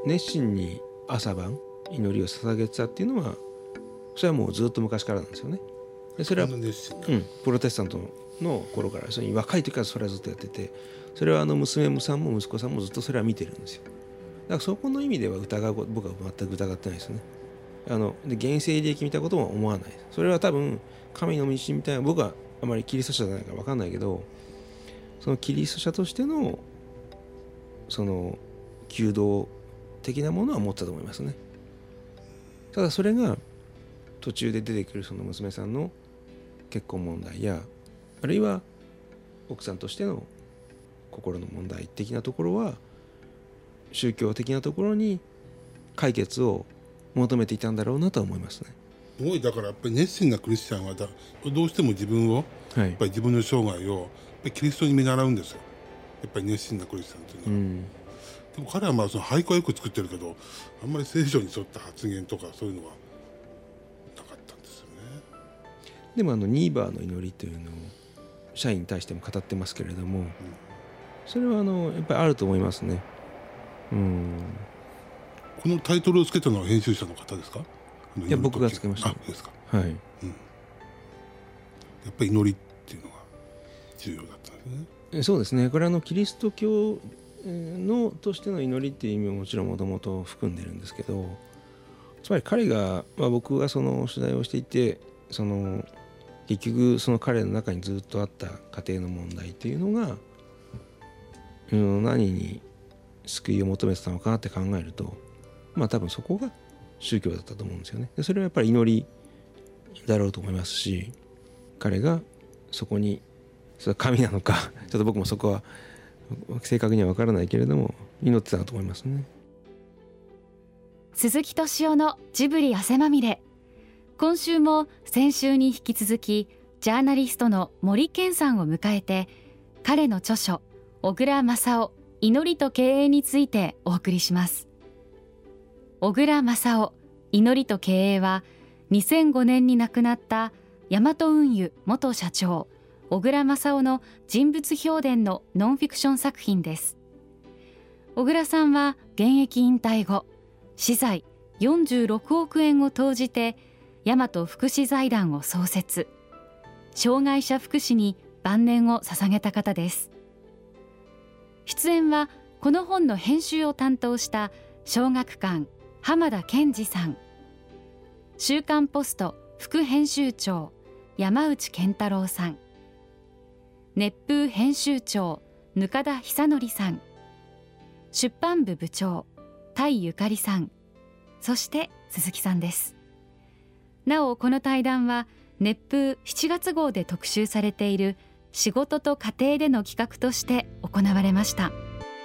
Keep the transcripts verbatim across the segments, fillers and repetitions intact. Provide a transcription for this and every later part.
熱心に朝晩祈りを捧げてたっていうのはそれはもうずっと昔からなんですよね。でそれは、うん、プロテスタントの頃からそれ若い時からそれはずっとやってて、それはあの娘さんも息子さんもずっとそれは見てるんですよ。だからそこの意味では疑う僕は全く疑ってないですね。あので現世利益見たことも思わない。それは多分神の道みたいな、僕はあまりキリスト者じゃないから分かんないけど、そのキリスト者としてのその求道的なものは持ったと思いますね。ただそれが途中で出てくるその娘さんの結婚問題や、あるいは奥さんとしての心の問題的なところは宗教的なところに解決を求めていたんだろうなとは思いますね。 すごい、だからやっぱり熱心なクリスチャンはだどうしても自分を、はい、やっぱり自分の生涯をやっぱりキリストに見習うんですよ。やっぱり熱心なクリスチャンというのは、うん、でも彼はまあその俳句はよく作ってるけど、あんまり聖書に沿った発言とかそういうのはなかったんですよね。 でもあのニーバーの祈りというのを社員に対しても語ってますけれども、うん、それはあのやっぱりあると思いますね。うん、 このタイトルをつけたのは編集者の方ですか？ いや僕がつけました。 あ、ですか。 はい、 うん、やっぱり祈りっていうのが重要だったんですね。 そうですね。これはあのキリスト教のとしての祈りっていう意味ももちろんもともと含んでるんですけど、つまり彼が、まあ、僕がその取材をしていて、その結局その彼の中にずっとあった家庭の問題っていうのが、うん、何に救いを求めてたのかなって考えると、まあ多分そこが宗教だったと思うんですよね。でそれはやっぱり祈りだろうと思いますし、彼がそこにそれは神なのかちょっと僕もそこは正確には分からないけれども祈ってたと思いますね。 鈴木敏夫のジブリ汗まみれ、今週も先週に引き続きジャーナリストの森健さんを迎えて、彼の著書小倉正夫祈りと経営についてお送りします。小倉正夫祈りと経営はにせんごねんに亡くなった大和運輸元社長小倉正夫の人物評伝のノンフィクション作品です。小倉さんは現役引退後、私財よんじゅうろくおくえんを投じて大和福祉財団を創設、障害者福祉に晩年を捧げた方です。出演はこの本の編集を担当した小学館浜田健二さん、週刊ポスト副編集長山内健太郎さん、熱風編集長額田久則さん、出版部部長田井ゆかりさん、そして鈴木さんです。なおこの対談は熱風しちがつ号で特集されている仕事と家庭での企画として行われました。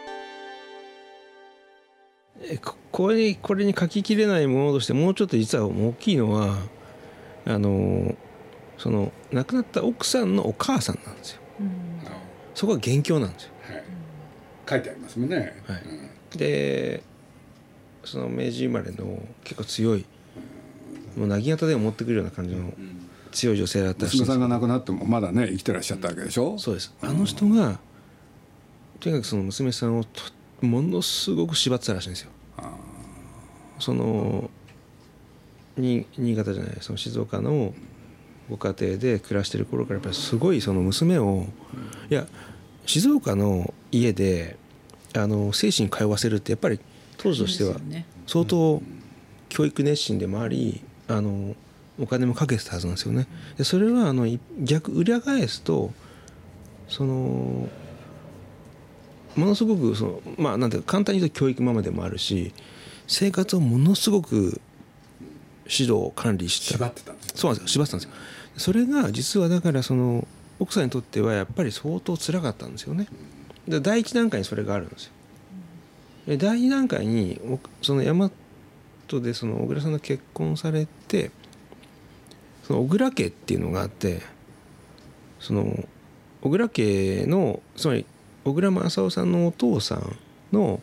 これに、これに書ききれないものとしてもうちょっと実は大きいのは、あのその亡くなった奥さんのお母さんなんですよ、うん、そこが元凶なんですよ、 はい、書いてありますもんね、 はい、うん、でその明治生まれの結構強い、もう薙型でも持ってくるような感じの強い女性だったらしいんです。 娘さんが亡くなってもまだね生きてらっしゃったわけでしょ、うん、 そうです。あの人がとにかくその娘さんをとものすごく縛ってたらしいんですよ。そのに新潟じゃないその静岡のご家庭で暮らしてる頃からやっぱりすごいその娘を、うん、いや静岡の家であの精神通わせるってやっぱり当時としては相当教育熱心でもあり、あのお金もかけてたはずなんですよね。でそれはあの逆裏返すとそのものすごくそのまあなんていうか簡単に言うと教育ママでもあるし、生活をものすごく指導管理した縛ってたんですよ。 そうなんですよ、縛ってたんですよ。それが実はだからその奥さんにとってはやっぱり相当辛かったんですよね。で第一段階にそれがあるんですよ。で第二段階にその大和でその小倉さんが結婚されて、その小倉家っていうのがあって、その小倉家のつまり小倉正夫さんのお父さんの、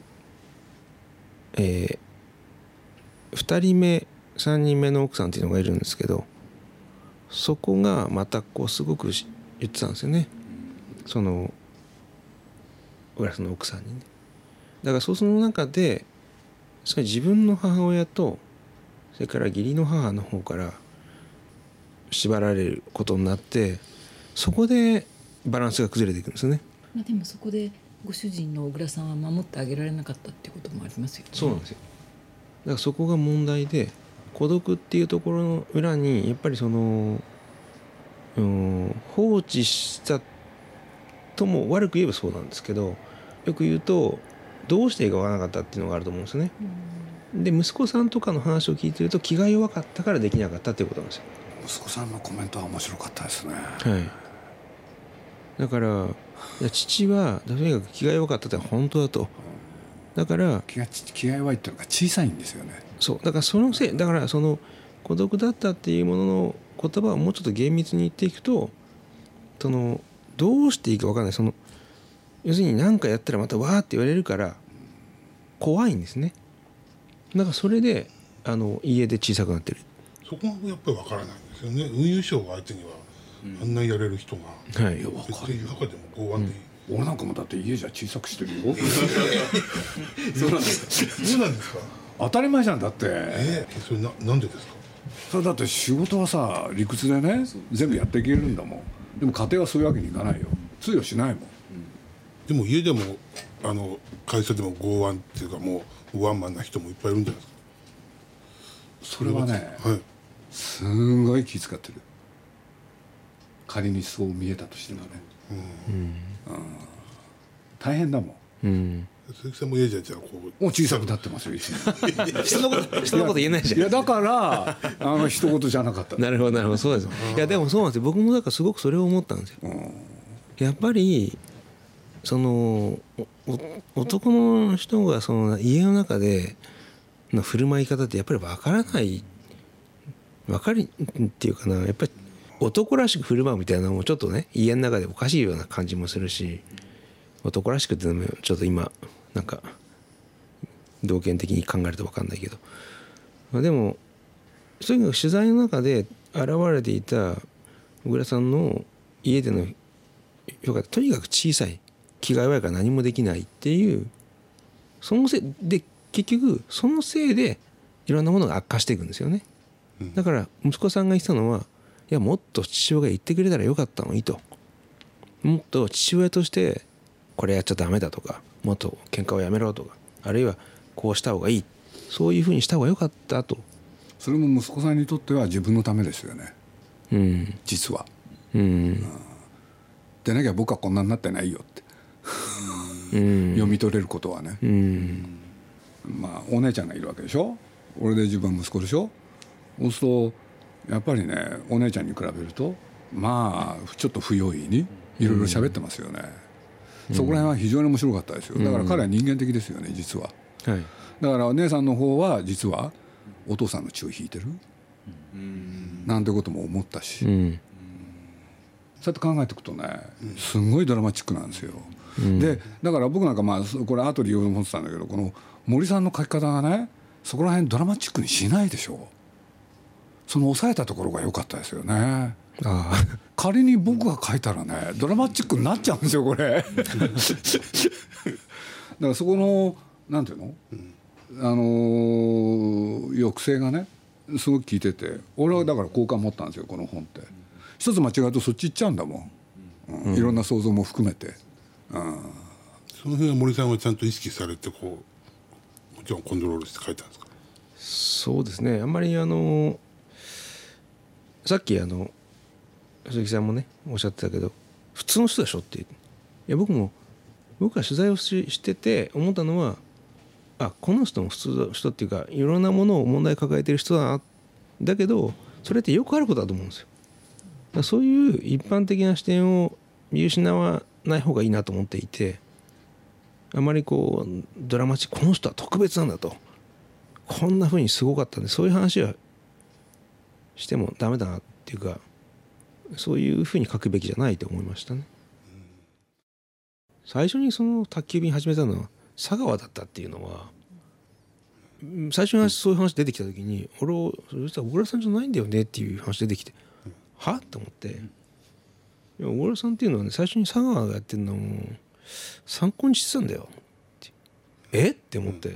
えー、ふたりめさんにんめの奥さんっていうのがいるんですけど、そこがまたこうすごく言ってたんですよね、その小倉さんの奥さんにね。だからそうその中でそれ自分の母親とそれから義理の母の方から縛られることになって、そこでバランスが崩れていくんですよね。 まあ、でもそこでご主人の小倉さんは守ってあげられなかったっていうこともありますよね。 そうなんですよ。だからそこが問題で、孤独っていうところの裏にやっぱりその、うん、放置したとも悪く言えばそうなんですけど、よく言うとどうしていいか分からなかったっていうのがあると思うんですよね。で息子さんとかの話を聞いてると気が弱かったからできなかったっていうことなんですよ。 息子さんのコメントは面白かったですね。 はい。だからいや父はとにかく気が弱かったって本当だと。だから気が気が弱いっていうのが小さいんですよね。 そうだからそのせいだからその孤独だったっていうものの言葉をもうちょっと厳密に言っていくと、そのどうしていいか分からない、その要するに何かやったらまたわーって言われるから怖いんですね。だからそれであの家で小さくなってる。 そこがやっぱり分からないんですよね。運輸省が相手にはあんなやれる人が、 はい、 絶対中でも剛腕でいい、 うん、俺なんかもだって家じゃ小さくしてるよそうなんですか。そうなんですか。 当たり前じゃん。だって、 えー、それななんでですか。 それだって仕事はさ理屈でね全部やっていけるんだもん。でも家庭はそういうわけにいかないよ。通用しないもん。 でも家でもあの会社でも剛腕っていうかもうワンマンな人もいっぱいいるんじゃないですか。 それはね、 はい、 すんごい気遣ってる。仮にそう見えたとしてもね、うんうん、大変だもん、うん、 鈴木さんも家じゃじゃあこうもう小さくなってますよ人のこと人のこと言えないじゃん。 いやだからあの一言じゃなかったなるほどなるほど、そうです。いやでもそうなんですよ。僕もだからすごくそれを思ったんですよ、うん、やっぱりその男の人がその家の中での振る舞い方ってやっぱり分からない分かりっていうかな、やっぱり男らしく振る舞うみたいなのもちょっとね家の中でおかしいような感じもするし、男らしくっていうのもちょっと今なんか道見的に考えると分かんないけど、まあ、でもとにかく取材の中で現れていた小倉さんの家での評価、とにかく小さい、気が弱いから何もできないっていう、そのせいで結局そのせいでいろんなものが悪化していくんですよね。だから息子さんが言ってたのは、いやもっと父親が言ってくれたらよかったのにと、もっと父親としてこれやっちゃダメだとか、もっと喧嘩をやめろとか、あるいはこうした方がいい、そういうふうにした方がよかったと。それも息子さんにとっては自分のためですよね、うん、実は、うんうん、でなきゃ僕はこんなになってないよって、うん、読み取れることはね、うん、まあお姉ちゃんがいるわけでしょ。俺で自分は息子でしょ。そうするとやっぱりねお姉ちゃんに比べるとまあちょっと不用意にいろいろ喋ってますよね、うん、そこら辺は非常に面白かったですよ。だから彼は人間的ですよね実は、はい、だからお姉さんの方は実はお父さんの血を引いてる、うん、なんてことも思ったし、うん、そうやって考えていくとねすごいドラマチックなんですよ、うん、でだから僕なんかまあこれ後で言おうと思ってたんだけど、この森さんの書き方がねそこら辺ドラマチックにしないでしょ。その抑えたところが良かったですよね。ああ仮に僕が書いたらねドラマチックになっちゃうんですよこれだからそこのなんていうの、うん、あのー、抑制がねすごく効いてて、俺はだから好感持ったんですよこの本って。一つ間違うとそっち行っちゃうんだもん、うん、いろんな想像も含めて、うん、 その辺は森さんはちゃんと意識されてこうもちろんコントロールして書いたんですか。 そうですね、あんまりあのさっきあの鈴木さんもねおっしゃってたけど普通の人でしょって、いや僕も僕が取材を し, してて思ったのは、あこの人も普通の人っていうかいろんなものを問題抱えてる人だな、だけどそれってよくあることだと思うんですよ。だからそういう一般的な視点を見失わない方がいいなと思っていて、あまりこうドラマチック、この人は特別なんだと、こんな風にすごかったんでそういう話はしてもダメだなっていうか、そういう風に書くべきじゃないと思いましたね。最初にその宅急便始めたのは佐川だったっていうのは、最初にそういう話出てきた時に俺をそしたら小倉さんじゃないんだよねっていう話出てきて、はっと思って、小倉さんっていうのはね最初に佐川がやってるのを参考にしてたんだよって、えって思って、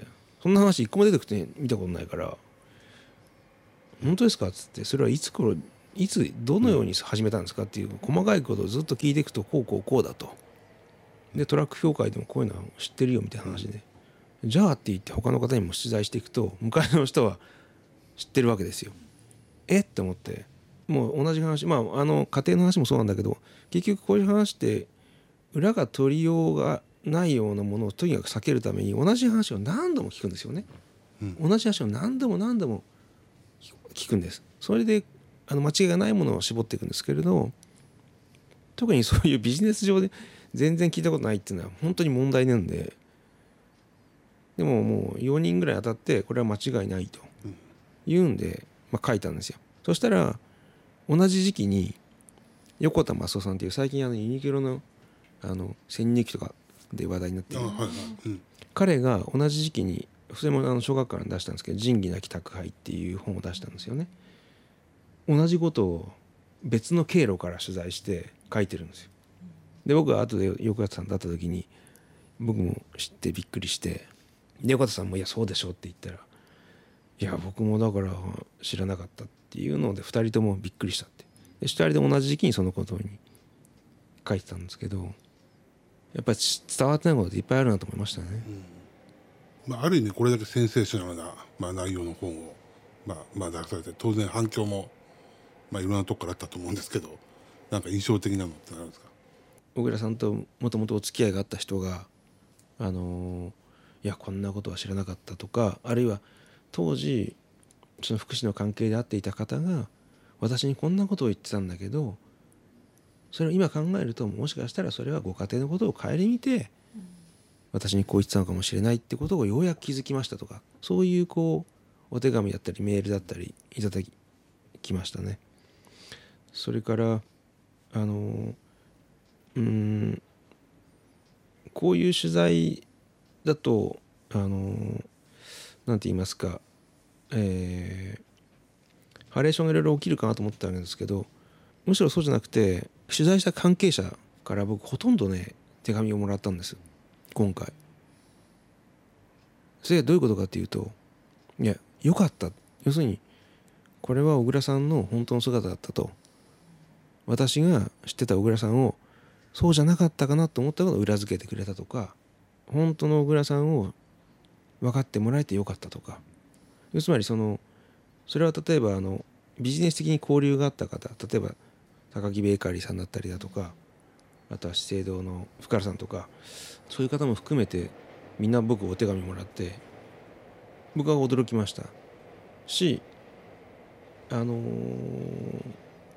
そんな話一個も出てくて見たことないから本当ですかっつって、それはいつ頃いつどのように始めたんですかっていう細かいことをずっと聞いていくと、こうこうこうだと、でトラック協会でもこういうの知ってるよみたいな話で、じゃあって言って他の方にも取材していくと向かいの人は知ってるわけですよ。えって思って、もう同じ話、まああの家庭の話もそうなんだけど、結局こういう話って裏が取りようがないようなものをとにかく避けるために同じ話を何度も聞くんですよね、うん、同じ話を何度も何度も聞くんです。それであの間違いがないものを絞っていくんですけれど、特にそういうビジネス上で全然聞いたことないっていうのは本当に問題なんで、でももうよにんぐらい当たってこれは間違いないと言うんで、まあ、書いたんですよ。そしたら同じ時期に横田正夫さんっていう最近あのユニクロのあの潜入記とかで話題になっている、はいはいうん、彼が同じ時期にそれもあの小学館に出したんですけど、仁義なき宅配っていう本を出したんですよね。同じことを別の経路から取材して書いてるんですよ。で僕が後で横田さんと会った時に僕も知ってびっくりして、で横田さんもいやそうでしょって言ったら、いや僕もだから知らなかったっていうのでふたりともびっくりしたって、でふたりで同じ時期にそのことに書いてたんですけど、やっぱり伝わってないことっていっぱいあるなと思いましたね、 うんまあ、ある意味これだけセンセーショナルな、まあ、内容の本を、まあまあ、出されて当然反響も、まあ、いろんなとこからあったと思うんですけど、なんか印象的なのって何ですか？ 小倉さんともともとお付き合いがあった人があのー、いやこんなことは知らなかったとか、あるいは当時その福祉の関係で会っていた方が私にこんなことを言ってたんだけど、それを今考えるともしかしたらそれはご家庭のことを顧みて私にこう言ってたのかもしれないってことをようやく気づきましたとか、そういうこうお手紙だったりメールだったりいただきましたね。それからあのうーんこういう取材だとあのなんて言いますか、えー、ハレーションがいろいろ起きるかなと思ったんですけど、むしろそうじゃなくて取材した関係者から僕ほとんどね手紙をもらったんです今回。それはどういうことかっていうと、いやよかった、要するにこれは小倉さんの本当の姿だったと、私が知ってた小倉さんをそうじゃなかったかなと思ったことを裏付けてくれたとか、本当の小倉さんを分かってもらえてよかったとか、つまりそのそれは例えばあのビジネス的に交流があった方、例えば高木ベーカリーさんだったりだとか、あとは資生堂の深原さんとか、そういう方も含めてみんな僕お手紙もらって僕は驚きましたし、あのー、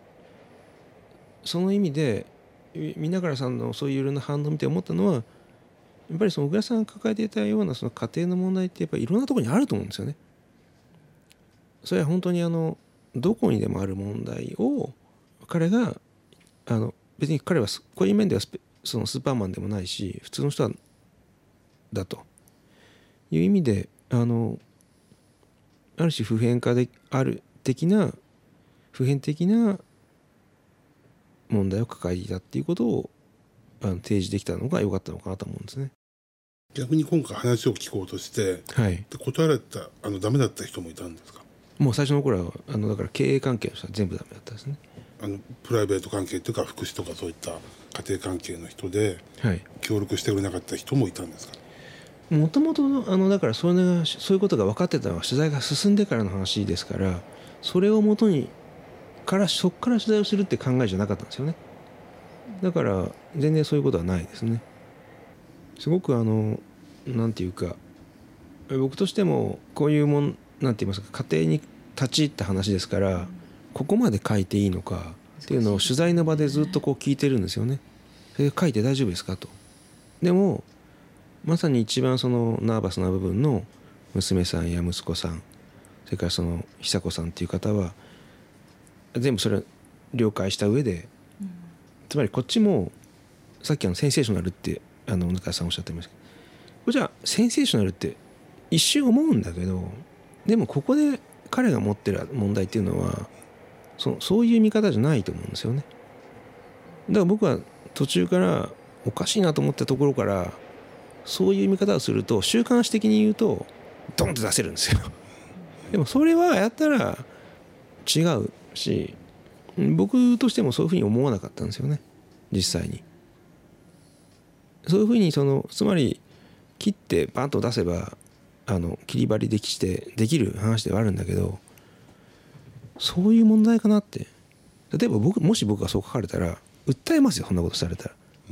その意味で皆からさんのそういういろんな反応を見て思ったのは、やっぱりその小倉さんが抱えていたようなその家庭の問題ってやっぱりいろんなところにあると思うんですよね。それは本当にあのどこにでもある問題を彼があの別に彼はこういう面ではスそのスーパーマンでもないし普通の人はだという意味であのある種普遍化である的な普遍的な問題を抱えていたっていうことをあの提示できたのが良かったのかなと思うんですね。 逆に今回話を聞こうとして、はい、で答えられたあのダメだった人もいたんですか？ もう最初の頃はあのだから経営関係の人は全部ダメだったですね。 あのプライベート関係というか福祉とかそういった家庭関係の人で、はい、協力してくれなかった人もいたんですか？ もともとあのだからそれがそういうことが分かってたのは取材が進んでからの話ですから、それをもとにからそこから取材をするって考えじゃなかったんですよね。だから全然そういうことはないですね。すごくあのなんていうか僕としてもこういうもんなんて言いますか家庭に立ち入った話ですから、ここまで書いていいのかっていうのを取材の場でずっとこう聞いてるんですよね。それで書いて大丈夫ですかと。でもまさに一番そのナーバスな部分の娘さんや息子さん、それからその久子さんっていう方は全部それを了解した上で、うん、つまりこっちもさっきあのセンセーショナルってあの向川さんおっしゃってましたけど、これじゃあセンセーショナルって一瞬思うんだけど、でもここで彼が持ってる問題っていうのはそそういう見方じゃないと思うんですよね。だから僕は途中からおかしいなと思ったところからそういう見方をすると週刊誌的に言うとドンって出せるんですよ。でもそれはやったら違うし、僕としてもそういうふうに思わなかったんですよね、実際に。そういうふうにそのつまり切ってバンと出せばあの切り張りできしてできる話ではあるんだけど、そういう問題かなって。例えば僕もし僕がそう書かれたら訴えますよ、そんなことされたら。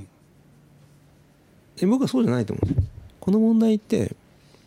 で僕はそうじゃないと思うんです。この問題って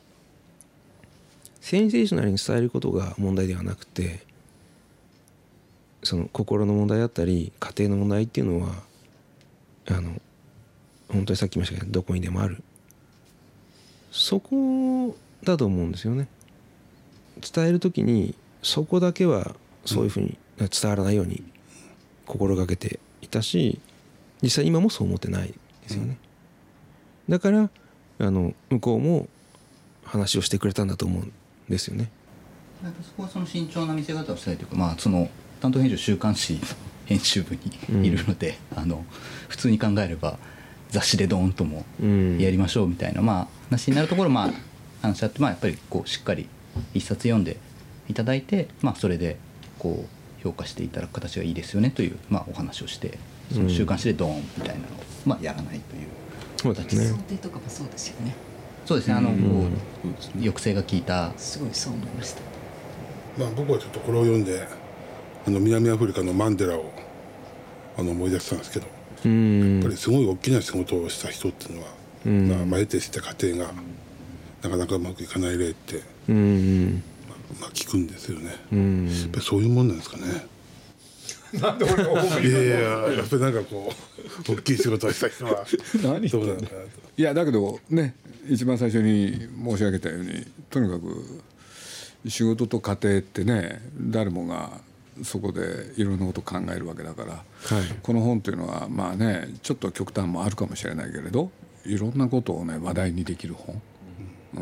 センセーショナルに伝えることが問題ではなくて、その心の問題だったり家庭の問題っていうのはあの本当にさっき言いましたけどどこにでもある。そこだと思うんですよね。伝えるときにそこだけはそういうふうに伝わらないように心がけていたし、実際今もそう思ってないですよね。だからあの向こうも話をしてくれたんだと思うんですよね。 そこはその慎重な見せ方をしたいというか、まあ、その担当編集週刊誌編集部にいるので、うん、あの普通に考えれば雑誌でドーンともやりましょうみたいな、まあ、話になるところ、まあ、話し合って、まあ、やっぱりこうしっかり一冊読んでいただいて、まあ、それでこう評価していただく形がいいですよねという、まあ、お話をして、その週刊誌でドーンみたいなのを、まあ、やらないという。 そうですね。想定とかもそうですよね。 そうですね。あの、うん、抑制が効いた。すごいそう思いました。 まあ、僕はちょっとこれを読んであの南アフリカのマンデラをあの思い出したんですけど、うん、やっぱりすごい大きな仕事をした人っていうのは、うんまあ、まあ得てして家庭がなかなかうまくいかない例って、うんまあ、まあ聞くんですよね、うん、やっぱりそういうもんなんですかね。 なんで俺が思いやいややっぱりなんかこう大きい仕事をした人は何そうなんだなと。いやだけどね、一番最初に申し上げたようにとにかく仕事と家庭ってね、誰もがそこでいろんなことを考えるわけだから、はい、この本というのはまあねちょっと極端もあるかもしれないけれどいろんなことをね話題にできる本、うん、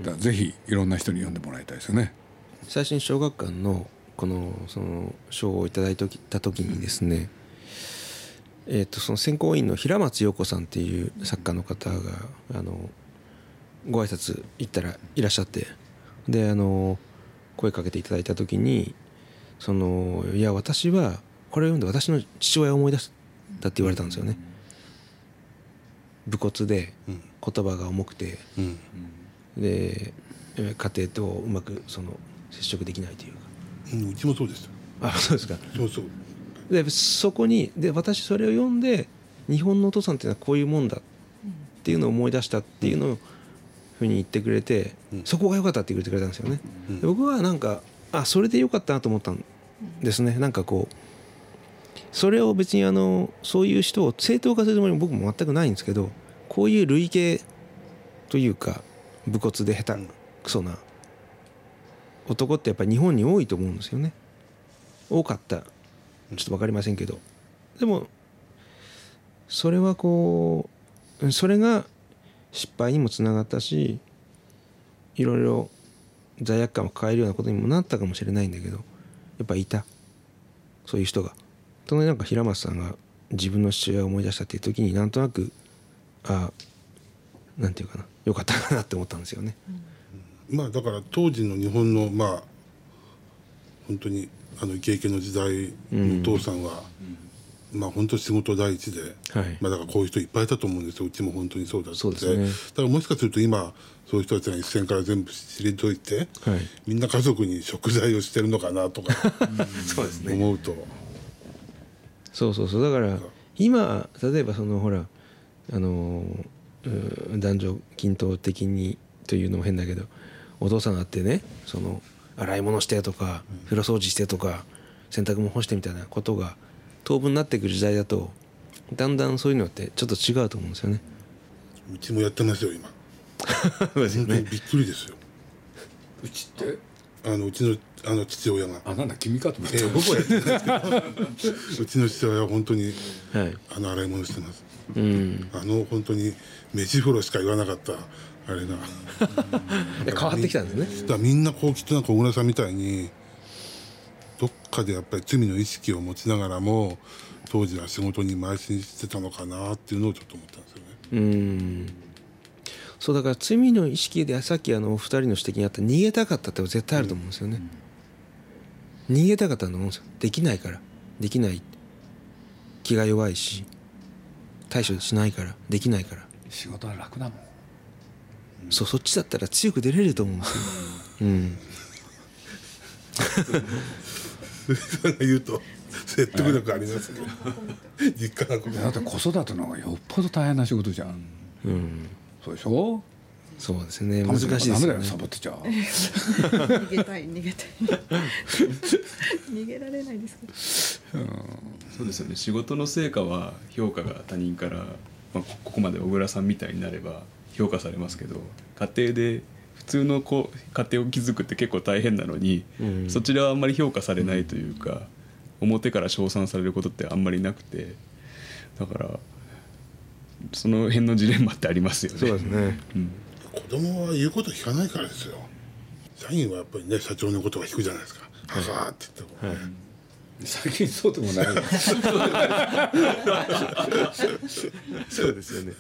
だからぜひいろんな人に読んでもらいたいですよね。 最初に小学館のこのその賞をいただいた時にですね、えー、とその選考委員の平松陽子さんっていう作家の方があのご挨拶行ったらいらっしゃって、であの声かけていただいた時にそのいや私はこれを読んで私の父親を思い出したって言われたんですよね。武骨で言葉が重くて、うん、で家庭とうまくその接触できないというか、 うん、うちもそうですよ。 あ、そうですか。 そうそう。 でそこにで私それを読んで日本のお父さんっていうのはこういうもんだっていうのを思い出したっていうのをふうに言ってくれて、うん、そこが良かったって言ってくれたんですよね、うん、僕はなんかあそれで良かったなと思ったんですね。なんかこうそれを別にあのそういう人を正当化するつもりも僕も全くないんですけど、こういう類型というか武骨で下手くそな男ってやっぱり日本に多いと思うんですよね。多かったちょっと分かりませんけど、でもそれはこうそれが失敗にもつながったし、いろいろ罪悪感を抱えるようなことにもなったかもしれないんだけど、やっぱいたそういう人が。そのなんか平松さんが自分の父親を思い出したっていう時になんとなくあなんていうかなよかったかなって思ったんですよね、 うん、まあだから当時の日本のまあ本当にあのイケイケの時代のお父さんは、うん、まあ本当仕事第一で、はい、まあだからこういう人いっぱいいたと思うんですよ。うちも本当にそうだって。そうですね。だからもしかすると今そういう人たちが一線から全部退いて、はい、みんな家族に食材をしてるのかなとかそうですね思うと。 そうそうそう。だから今例えばそのほらあの男女均等的にというのも変だけど、お父さんがあってね、その洗い物してとか風呂掃除してとか洗濯物干してみたいなことが当分になってくる時代だとだんだんそういうのってちょっと違うと思うんですよね。 うちもやってますよ今本当にびっくりですよ。 うちってあのうちのあの父親があなんだ君かと思った、 えー、僕はやってないですけどうちの父親は本当に、はい、あの洗い物してます、うん、あの本当に飯風呂しか言わなかったあれが変わってきたんですね。 だからみんなこうきっとなんか小倉さんみたいにどっかでやっぱり罪の意識を持ちながらも当時は仕事に邁進してたのかなっていうのをちょっと思ったんですよね。 うんそうだから罪の意識でさっきあのお二人の指摘にあった逃げたかったって絶対あると思うんですよね、うん、逃げたかったと思うんですよ。できないからできない気が弱いし対処しないからできないから仕事は楽だもん、 うん、そうそっちだったら強く出れると思うんですよ、うん、 鈴木さんが言うと説得力ありますけど実家がだって子育ての方がよっぽど大変な仕事じゃん、うん、そうでしょ。 そうですね、難しいですよね。ダメだよサボってちゃう逃げたい逃げたい逃げられないですけど、うん、 そうですよね。仕事の成果は評価が他人から、まあ、ここまで小倉さんみたいになれば評価されますけど、家庭で普通のこう家庭を築くって結構大変なのに、うん、そちらはあんまり評価されないというか、うん、表から称賛されることってあんまりなくて、だからその辺のジレンマってありますよね。 そうですね、うん、 子供は言うこと聞かないからですよ。社員はやっぱりね社長のことは聞くじゃないですか。ははーって言っても、はい、 最近そうでもないそうですよね。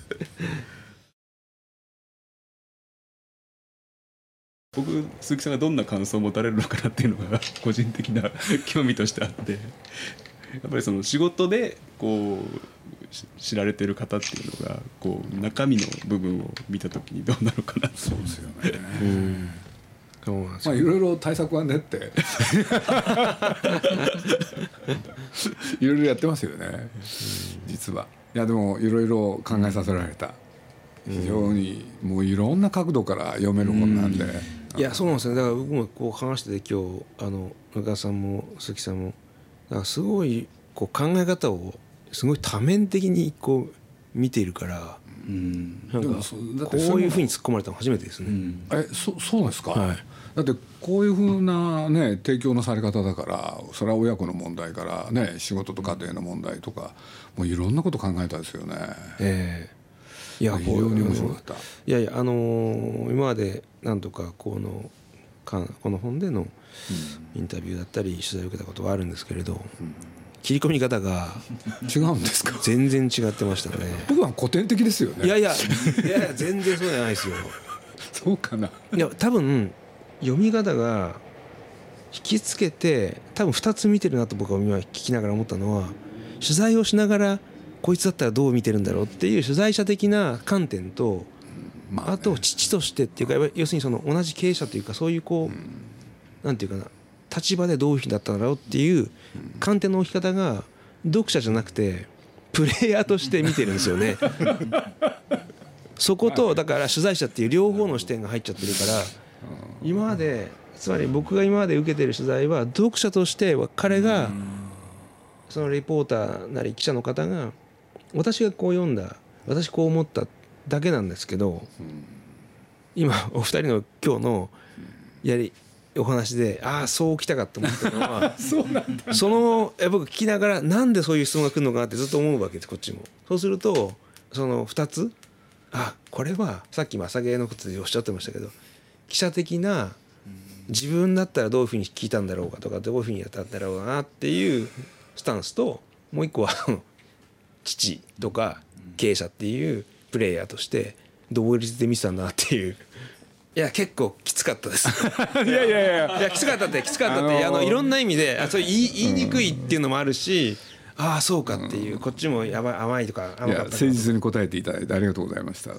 僕鈴木さんがどんな感想を持たれるのかなっていうのが個人的な興味としてあって、やっぱりその仕事でこう知られてる方っていうのがこう中身の部分を見たときにどうなのかな。 そうですよね。うん、 まあいろいろ対策はねっていろいろやってますよね実は。いやでもいろいろ考えさせられた、非常にもういろんな角度から読める本なんで、 いやそうなんですよ。だから僕もこう話してて今日あの中川さんも鈴木さんもだからすごいこう考え方をすごい多面的にこう見ているから、うん、なんかこういうふうに突っ込まれたの初めてですね、うん、 え そ, そうですか、 はい、 だってこういうふうな、ね、提供のされ方だからそれは親子の問題から、ね、仕事と家庭の問題とかもういろんなこと考えたですよね。 えー、いや非常に面白かった。いやいやあのー、今まで何とかこのかこの本でのインタビューだったり取材を受けたことがあるんですけれど、うん切り込み方が違うんですか。 全然違ってましたね。 僕は古典的ですよね。 いやいやいやいや全然そうじゃないですよ。 そうかな。 いや多分読み方が引きつけて多分ふたつ見てるなと僕は今聞きながら思ったのは、取材をしながらこいつだったらどう見てるんだろうっていう取材者的な観点と、まあね、あと父としてっていうか要するにその同じ経営者というかそういうこう、うん、なんていうかな立場でどういうふうだったんだろうっていう観点の置き方が読者じゃなくてプレイヤーとして見てるんですよねそことだから取材者っていう両方の視点が入っちゃってるから、今までつまり僕が今まで受けてる取材は読者としては彼がそのレポーターなり記者の方が私がこう読んだ私こう思っただけなんですけど、今お二人の今日のやりお話でああそうきたかと思ったのはそうなんだ。その僕聞きながらなんでそういう質問が来るのかなってずっと思うわけですこっちも。そうするとそのふたつあこれはさっき朝芸のことでおっしゃってましたけど記者的な自分だったらどういうふうに聞いたんだろうかとかどういうふうにやったんだろうなっていうスタンスと、もう一個は父とか経営者っていうプレイヤーとして同率で見てたんだなっていう。いや結構きつかったですいやいやいやいやきつかったってきつかったって、あのー、あのいろんな意味であそれ言い、言いにくいっていうのもあるし、うん、ああそうかっていう、こっちもやばい甘いとか甘かった。いや誠実に答えていただいてありがとうございました。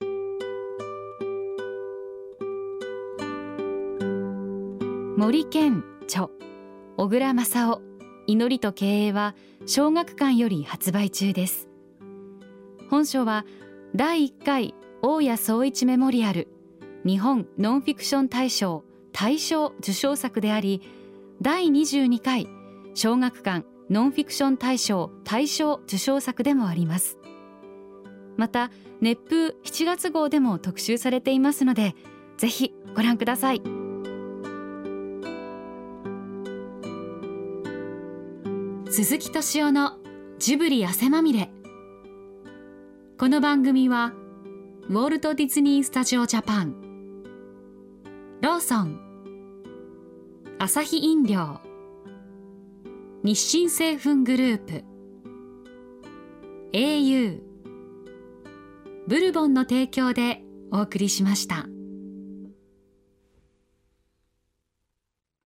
森健著小倉正夫祈りと経営は小学館より発売中です。本書はだいいっかい大谷宗一メモリアル日本ノンフィクション大賞大賞受賞作であり、だいにじゅうにかい小学館ノンフィクション大賞大賞受賞作でもあります。また熱風しちがつ号でも特集されていますので、ぜひご覧ください。鈴木敏夫のジブリ汗まみれ。この番組はウォルト・ディズニー・スタジオ・ジャパン、ローソン、アサヒ飲料、日清製粉グループ、エーユー、ブルボンの提供でお送りしました。